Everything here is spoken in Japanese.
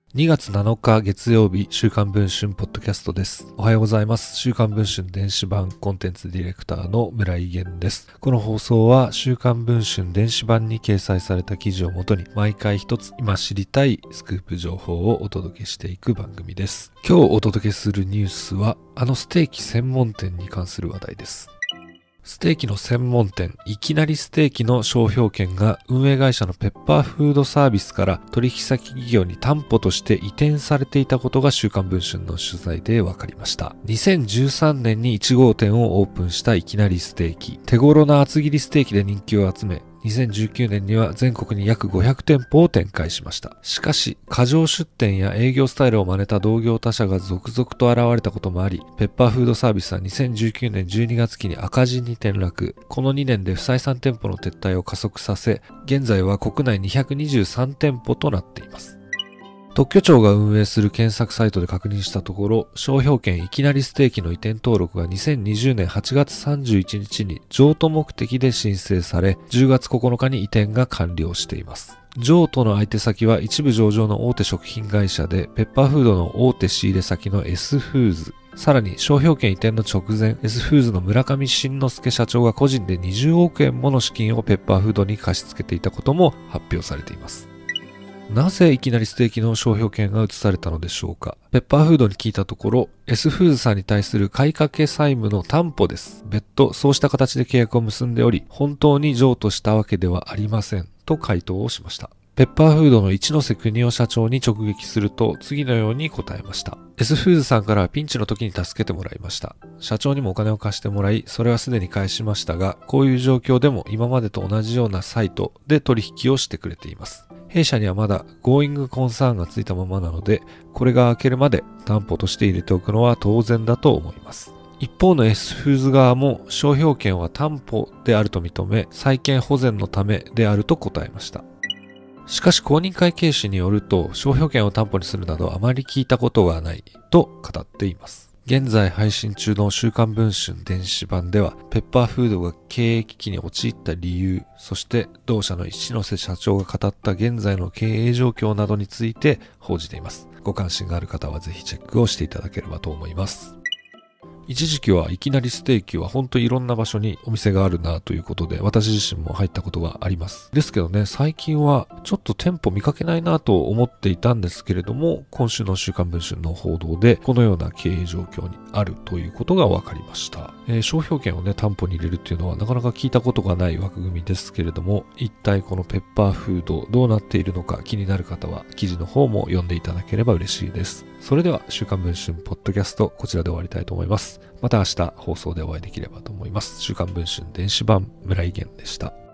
2月7日月曜日、週刊文春ポッドキャストです。おはようございます。週刊文春電子版コンテンツディレクターの村井源です。この放送は週刊文春電子版に掲載された記事をもとに毎回一つ今知りたいスクープ情報をお届けしていく番組です。今日お届けするニュースはステーキ専門店に関する話題です。ステーキの専門店、いきなりステーキの商標権が運営会社のペッパーフードサービスから取引先企業に担保として移転されていたことが週刊文春の取材で分かりました。2013年に1号店をオープンしたいきなりステーキ。手頃な厚切りステーキで人気を集め、2019年には全国に約500店舗を展開しました。しかし、過剰出店や営業スタイルを真似た同業他社が続々と現れたこともあり、ペッパーフードサービスは2019年12月期に赤字に転落。この2年で不採算店舗の撤退を加速させ、現在は国内223店舗となっています。特許庁が運営する検索サイトで確認したところ、商標権いきなりステーキの移転登録が2020年8月31日に譲渡目的で申請され、10月9日に移転が完了しています。譲渡の相手先は一部上場の大手食品会社で、ペッパーフードの大手仕入れ先の S フーズ。さらに商標権移転の直前、S フーズの村上信之助社長が個人で20億円もの資金をペッパーフードに貸し付けていたことも発表されています。なぜいきなりステーキの商標権が移されたのでしょうか。ペッパーフードに聞いたところ、S フーズさんに対する買掛債務の担保です。別途そうした形で契約を結んでおり、本当に譲渡したわけではありませんと回答をしました。ペッパーフードの一ノ瀬邦夫社長に直撃すると次のように答えました。S フーズさんからはピンチの時に助けてもらいました。社長にもお金を貸してもらい、それはすでに返しましたが、こういう状況でも今までと同じようなサイトで取引をしてくれています。弊社にはまだ Going Concern がついたままなので、これが開けるまで担保として入れておくのは当然だと思います。一方の S フーズ側も商標権は担保であると認め、債権保全のためであると答えました。しかし公認会計士によると、商標権を担保にするなどあまり聞いたことがないと語っています。現在配信中の週刊文春電子版では、ペッパーフードが経営危機に陥った理由、そして同社の一ノ瀬社長が語った現在の経営状況などについて報じています。ご関心がある方はぜひチェックをしていただければと思います。一時期はいきなりステーキは本当にいろんな場所にお店があるなということで、私自身も入ったことがあります。ですけどね、最近はちょっと店舗見かけないなと思っていたんですけれども、今週の週刊文春の報道でこのような経営状況にあるということが分かりました。商標権をね、担保に入れるっていうのはなかなか聞いたことがない枠組みですけれども、一体このペッパーフードどうなっているのか気になる方は記事の方も読んでいただければ嬉しいです。それでは週刊文春ポッドキャストこちらで終わりたいと思います。また明日放送でお会いできればと思います。週刊文春電子版村井源でした。